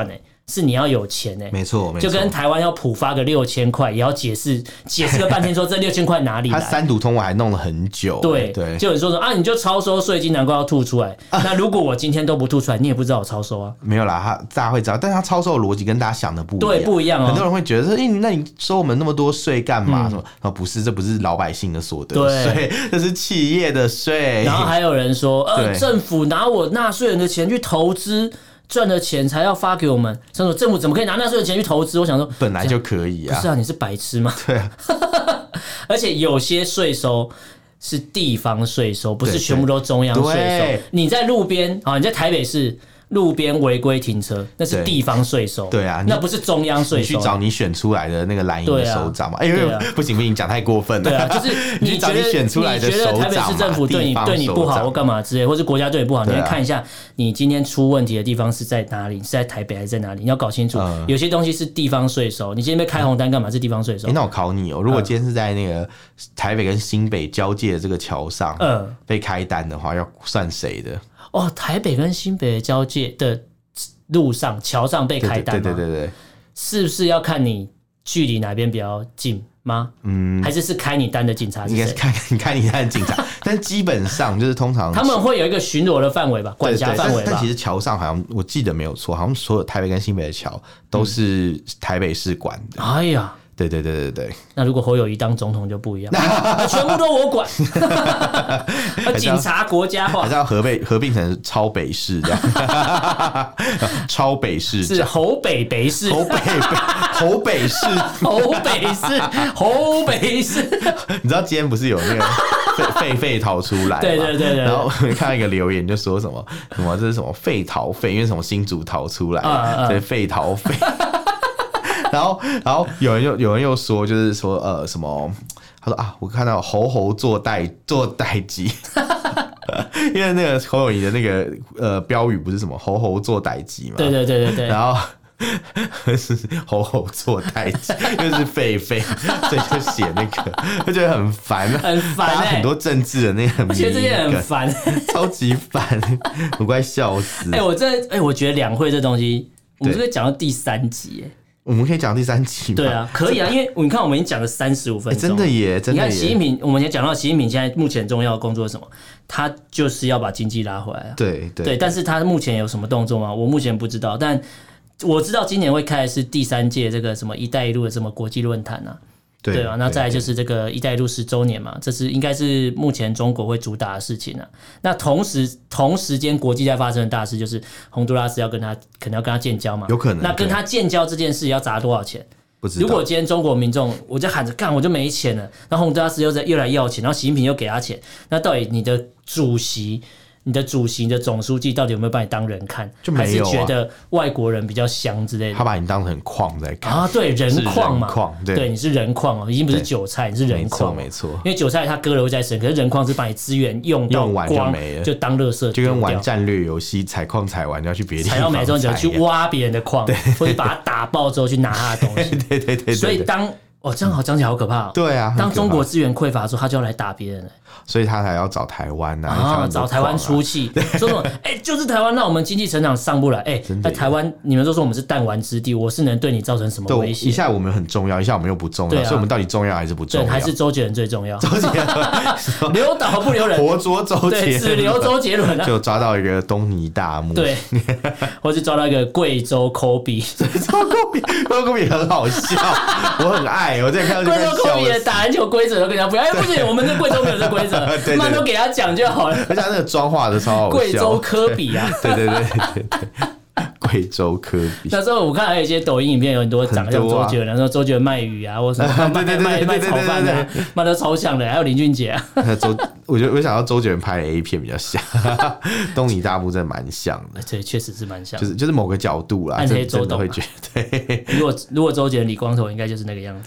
是你要有钱哎、欸， 没错， 就跟台湾要普发个六千块，也要解释解释了半天，说这六千块哪里来？ 他三读通过还弄了很久， 对对， 就有人说说啊，你就超收税金，难怪要吐出来。啊、那如果我今天都不吐出来，你也不知道我超收啊？ 没有啦，他大家会知道，但是他超收的逻辑跟大家想的不一样， 对，不一样哦。 很多人会觉得说，哎、欸，那你收我们那么多税干嘛？什么、嗯？不是，这不是老百姓的所得税，这是企业的税。 然后还有人说，呃，政府拿我纳税人的钱去投资。赚的钱才要发给我们，他说政府怎么可以拿纳税的钱去投资？我想说， 本来就可以啊。 不是啊，你是白痴吗？ 对啊。 而且有些税收是地方税收，不是全部都中央税收。你在路边啊，你在台北市。路边违规停车，那是地方税收， 对啊， 那不是中央税收。 你去找你选出来的那个蓝营的首长嘛？哎呦、啊，不行不行，讲太过分了。 对啊，就是你觉得你选出来的首长嘛， 你觉得台北市政府对你对你不好或干嘛之类，或是国家对你不好，你要看一下你今天出问题的地方是在哪里，是在台北还是在哪里？你要搞清楚，嗯、有些东西是地方税收，你今天被开红单干嘛？是地方税收。 欸、那我考你哦，如果今天是在那个台北跟新北交界的这个桥上，嗯，被开单的话，要算谁的？ 哦，台北跟新北的交界的。路上桥上被开单吗？ 对对对对对， 是不是要看你距离哪边比较近吗？嗯，还是是开你单的警察是谁？ 应该是开你开你单的警察，但基本上就是通常他们会有一巡逻的范围吧，管辖范围吧。 但其实桥上好像我记得没有错，好像所有台北跟新北的桥都是台北市管的。 嗯、哎呀。 对对对对对， 那如果侯友宜当总统就不一样，全部都我管，警察国家化， 还是要合并合并成超北市这样，超北市是侯北北市， 侯北北侯北市， 侯北市，侯北市。 你知道今天不是有那个废废逃出来？ 对对对对。 然后看到一个留言就说什么什么这是什么废逃废，因为什么新竹逃出来，所以废逃废。然后，然后有人又有人又说，就是说，呃，什么？他说啊，我看到猴猴做代做代机，因为那个侯友宜的那个呃标语不是什么猴猴做代机嘛？ 对对对对对。 然后是猴猴做代机，又是狒狒，所以就写那个，就觉得很烦， 很烦、欸， 很多政治的那个， 而且这些很烦， 超级烦，我快笑死。 哎、欸，我这哎、欸，我觉得两会这东西，我们这个讲到第三集、欸，哎。 我们可以讲第三集吗？ 对啊，可以啊，因为你看我们已经讲了三十五分钟、 欸，真的耶，真的耶。 你看习近平，我们也讲到习近平现在目前重要的工作是什么？他就是要把经济拉回来啊。 对 对, 对，但是他目前有什么动作吗？我目前不知道，但我知道今年会开的是第三届这个什么“一带一路”的什么国际论坛啊。对啊，那再来就是这个“一带一路”十周年嘛，这是应该是目前中国会主打的事情啊。那同时同时间，国际在发生的大事就是洪都拉斯要跟他可能要跟他建交嘛， 有可能。 那跟他建交这件事要砸多少钱？ 不知道。 如果今天中国民众我就喊着干我就没钱了，然后洪都拉斯又在又来要钱，然后习近平又给他钱，那到底你的主席？你的主席、你的总书记到底有没有把你当人看？ 就没有、啊、 还是觉得外国人比较香之类的？ 他把你当成矿在看啊？对，人矿嘛， 对, 对，你是人矿哦，已经不是韭菜，你是人矿， 没错。 因为韭菜它割了会再生，可是人矿是把你资源用到用完就没了， 就当垃圾， 就跟玩战略游戏，采矿采完就要去别的地方采到没之后，你就去挖别人的矿，或者把它打爆之后去拿他的东西。 对, 对, 对, 对, 对对。 所以当哦，这样好讲起来好可怕、哦。 对啊， 当中国资源匮乏的时候，他就要来打别人了。 所以他才要找台湾呐、 啊，啊找台湾出气，说什么？哎、欸，就是台湾让我们经济成长上不来。哎、欸，在台湾你们都说我们是弹丸之地，我是能对你造成什么威胁？ 一下我们很重要，一下我们又不重要，啊、所以我们到底重要还是不重要？ 对，还是周杰伦最重要。 周杰伦留岛不留人， 活捉周杰伦， 对，只留周杰伦、啊， 就抓到一个东尼大木， 对，或是抓到一个贵州科比， 贵州科比，贵州科比很好笑，我很爱，我之前看到贵州科比的打篮球规则都跟人家不要，哎，不行，我们这贵州没有这规则，妈都给他讲就好了。 而且他那个妆化的超好笑， 贵州科比啊， 对对对对对。贵州科比， 那时候我看还有一些抖音影片，有很多长得像周杰伦，然后周杰伦卖鱼啊，或什么卖卖卖炒饭的，卖的超像的，还有林俊杰啊。 周，我觉得我想到周杰伦拍的 A 片比较像，东尼大木真的蛮像的， 对，确实是蛮像， 就是就是某个角度啦， 暗黑周董会觉得，对。 如果如果周杰伦理光头，应该就是那个样子。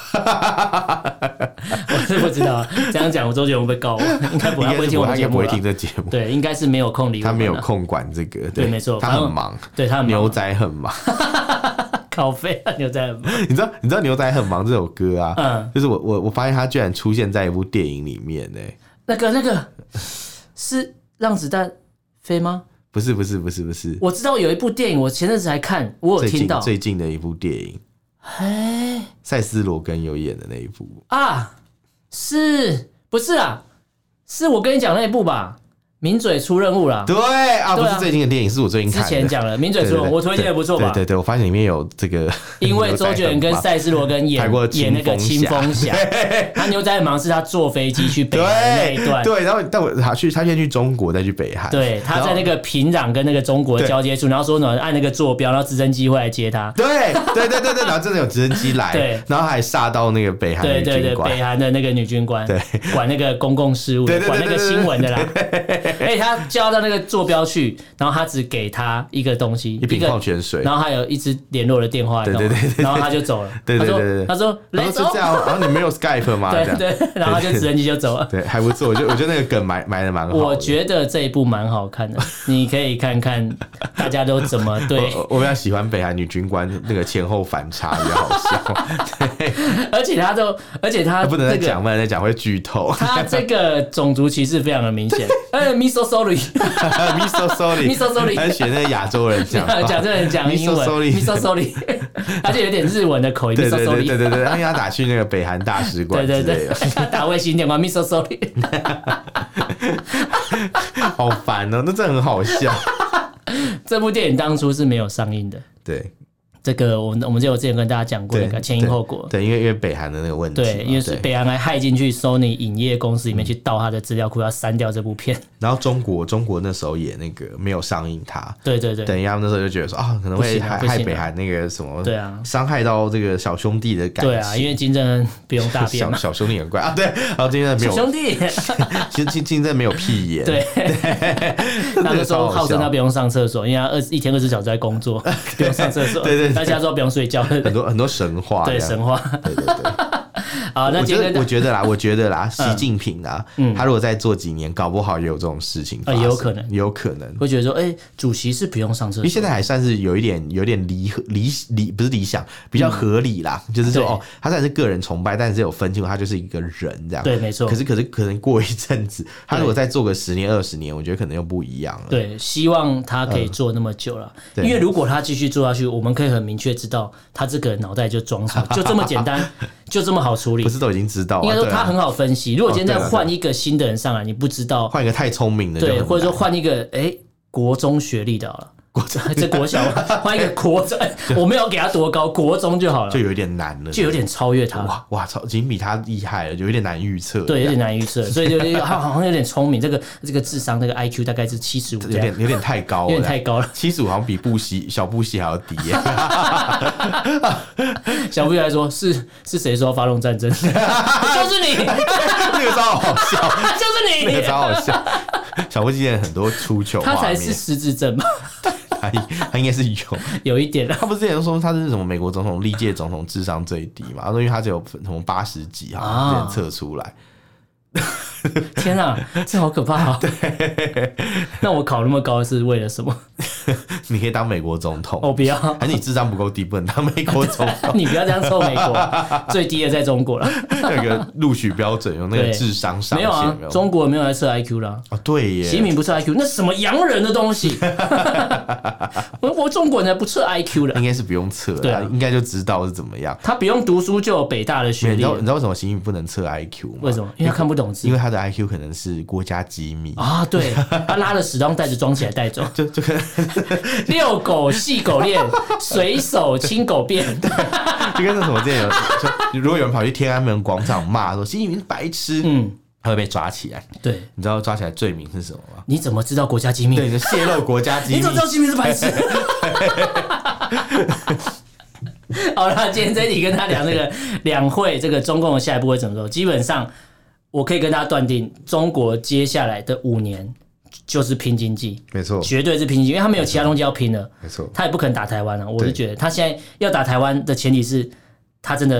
我是不知道，这样讲我周杰伦会告我，应该不会听我们节目， 不会听这节目， 对，应该是没有空理我们， 他没有空管这个， 对，没错， 他很忙， 对他很忙， 牛仔很忙， 靠背啊，牛仔很忙， 你知道你知道牛仔很忙这首歌啊，嗯，就是我我我发现他居然出现在一部电影里面呢、欸， 那个那个是让子弹飞吗？ 不是不是不是不是， 我知道有一部电影，我前阵子还看，我有听到最近的一部电影， 哎， 塞斯罗根有演的那一部啊，是不是啊？是我跟你讲那一部吧？名嘴出任务啦， 对啊，不是最近的电影，是我最近看的。 之前讲了名嘴出任务，我推荐的不错吧？ 对对对，我发现里面有这个， 因为周杰伦跟塞斯罗根演演那个清风侠，他牛仔很忙是他坐飞机去北韩的那一段， 对，然后但我他去他先去中国，再去北韩， 对，他在那个平壤跟那个中国的交接处，然后说呢按那个坐标，然后直升机会来接他， 对对对对对，然后真的有直升机来，对，然后还杀到那个北韩女军官， 对对对，北韩的那个女军官，对，管那个公共事务，管那个新闻的啦，哎，他叫到那个坐标去，然后他只给他一个东西， 一瓶矿泉水， 然后还有一支联络的电话，对对对，然后他就走了。 对对对对， 他说：“ 然后是这样，然后你没有 Skype 吗？” 对对，然后他就直升机就走了。 对，还不错，我觉得我觉得那个梗埋埋的蛮好的。 我觉得这一部蛮好看的，你可以看看大家都怎么对。 我我比较喜欢北韩女军官那个前后反差，比较好笑。对， 而且他都，而且他不能再讲，不能再讲会剧透。 他这个种族歧视非常的明显。呃 ，me so sorry。Me so sorry， Me so sorry， 他学那个亚洲人讲， 亚洲人讲英文 ，Me so sorry， 他就有点日文的口音 ，Me so sorry， 对对对，他要打去那个北韩大使馆之类的，对对对， 他打卫星电话 ，Me so sorry， 好烦哦，那真的很好笑。 这部电影当初是没有上映的， 对。 这个我们我们就有之前跟大家讲过那个前因后果， 对，因为因为北韩的那个问题， 对，因为是北韩还害进去 Sony 影业公司里面去盗他的资料库，要删掉这部片。 然后中国中国那时候也那个没有上映它， 对对对， 等于他们那时候就觉得说啊，可能会害害北韩那个什么，对啊，伤害到这个小兄弟的感情。 对啊，因为金正恩不用大便嘛， 小兄弟很怪啊，对，然后金正恩没有小兄弟， 其实金金正恩没有屁眼， 对，他就说号称他不用上厕所，因为他二一天二十四小时在工作，不用上厕所，对对，大家说不用睡觉。 很多很多神话， 对神话， 对对对。 好，那我觉得我觉得啦，我觉得啦，习近平啊，嗯、他如果再做几年，搞不好也有这种事情发生， 也有可能， 也有可能会觉得说，哎、欸，主席是不用上厕所， 因为现在还算是有一点有点理理理不是理想，比较合理啦，嗯、就是说哦，他虽然是个人崇拜，但是有分清楚他就是一个人这样， 对，没错。 可是可是可能过一阵子，他如果再做个十年二十年，我觉得可能又不一样了。 对，希望他可以做那么久了，嗯、因为如果他继续做下去，我们可以很明确知道他这个脑袋就装什么，就这么简单，就这么好处理， 不是都已经知道了。 应该说他很好分析。如果今天再换一个新的人上来，你不知道， 换一个太聪明的， 对，或者说换一个哎、欸、国中学历的好了。这国小换一个国中，我没有给他多高，国中就好了， 就有点难了， 就有点超越他。 哇哇，超已经比他厉害了，有点难预测。 对，有点难预测，所以就好好像有点聪明。这个这个智商，这个 I Q 大概是七十五， 有点有点太高了， 有点太高了。 七十五好像比布希小布希还要低耶。 小布希还说：“是是谁说要发动战争？就是你。” 那个超好笑， 就是你， 那个超好笑。小布希演很多出糗， 他才是失智症吧？ 他他应该是有有一点， 他不是之前说他是什么美国总统历届总统智商最低嘛？他说因为他只有什么八十几哈，之前测出来。 天啊，这好可怕啊！对，那我考那么高是为了什么？ 你可以当美国总统， 我不要， 还是你智商不够低，不能当美国总统？ 你不要这样臭美国，最低的在中国了。 那个录取标准有那个智商上限， 没有啊？中国没有来测 I Q 啦。 哦，对耶， 习近平不测 I Q， 那什么洋人的东西？我我中国人才不测 I Q 的， 应该是不用测，对啊，应该就知道是怎么样。 他不用读书就有北大的学历。 你知道你知道为什么习近平不能测 I Q 吗？ 为什么？因为他看不懂字， 因为他的 I Q 可能是国家机密啊。对，他拉了屎，然后袋子装起来带走， 就就可能遛狗系狗链，随手清狗便， 对，就跟那什么之前有，就如果有人跑去天安门广场骂说习近平是白痴，嗯，他会被抓起来。对，你知道抓起来罪名是什么吗？ 你怎么知道国家机密？ 对，你泄露国家机密， 你怎么知道习近平是白痴？好了，今天这一集跟他聊那个两会，这个中共的下一步会怎么做？基本上，我可以跟大家断定，中国接下来的五年就是拼经济， 没错， 绝对是拼经济，因为他没有其他东西要拼了， 没错， 他也不可能打台湾啊。我是觉得，他现在要打台湾的前提是，他真的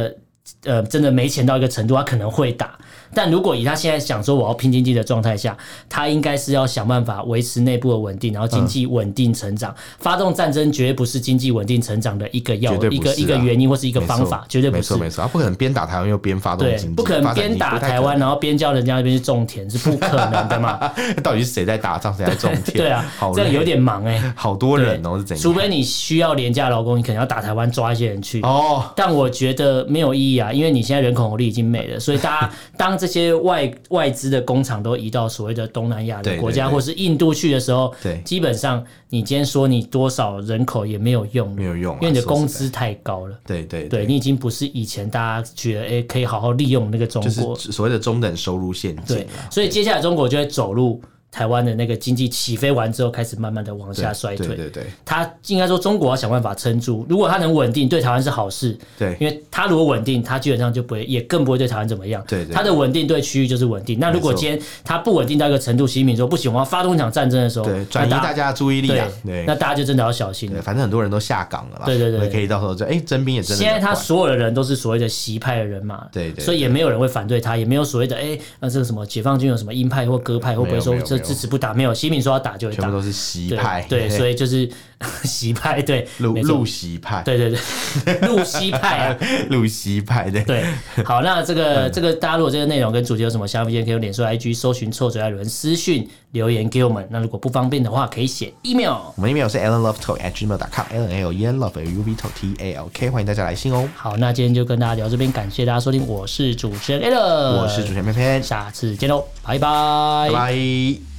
呃真的没钱到一个程度，他可能会打。但如果以他现在想说我要拼经济的状态下，他应该是要想办法维持内部的稳定，然后经济稳定成长。嗯、发动战争绝对不是经济稳定成长的一个要一个一个原因或是一个方法，绝对不是。 没错没错，他不可能边打台湾又边发动经济， 不可能边打台湾然后边叫人家那边去种田，是不可能的嘛。 到底是谁在打仗，谁在种田？ 对啊，这样有点忙哎、欸， 好多人哦，是怎样？ 除非你需要廉价劳工，你可能要打台湾抓一些人去哦。但我觉得没有意义啊，因为你现在人口红利已经没了，所以大家当这些外外资的工厂都移到所谓的东南亚的国家或是印度去的时候，对，基本上你今天说你多少人口也没有用， 没有用、啊， 因为你的工资太高了。 对对对, 对，你已经不是以前大家觉得哎、欸、可以好好利用那个中国， 就是所谓的中等收入陷阱、啊。对， 所以接下来中国就会走入台湾的那个经济起飞完之后，开始慢慢的往下衰退。 对对 对, 对， 他应该说中国要想办法撑住，如果他能稳定，对台湾是好事。对，因为他如果稳定，他基本上就不会，也更不会对台湾怎么样。对, 对, 对，他的稳定对区域就是稳定。那如果今天他不稳定到一个程度，习近平说不行，我要发动一场战争的时候， 对，转移大家的注意力啊。 对，那大家就真的要小心了。 对，反正很多人都下岗了啦。 对对 对, 对， 可以到时候就哎、欸，征兵也真的。 现在他所有的人都是所谓的习派的人嘛。对 对, 对，所以也没有人会反对他，也没有所谓的哎，那、欸、这个什么解放军有什么鹰派或鸽派，会不会说这支持不打？没有。习近平说要打就会打， 全部都是习派， 对，对，所以就是习派，对， 陆陆习派， 对对对，陆习派啊， 陆习派的， 对。好，那这个这个大家如果这个内容跟主题有什么相关意见，可以用脸书 I G 搜寻臭嘴艾伦私讯留言给我们。那如果不方便的话，可以写 email， 我们 email 是 allenlovetalk at gmail dot com，Allen L E N Love L U V T A L K， 欢迎大家来信哦。 好，那今天就跟大家聊这边，感谢大家收听，我是主持人 Allen， 我是主持人偏偏， 下次见喽，拜拜， 拜拜。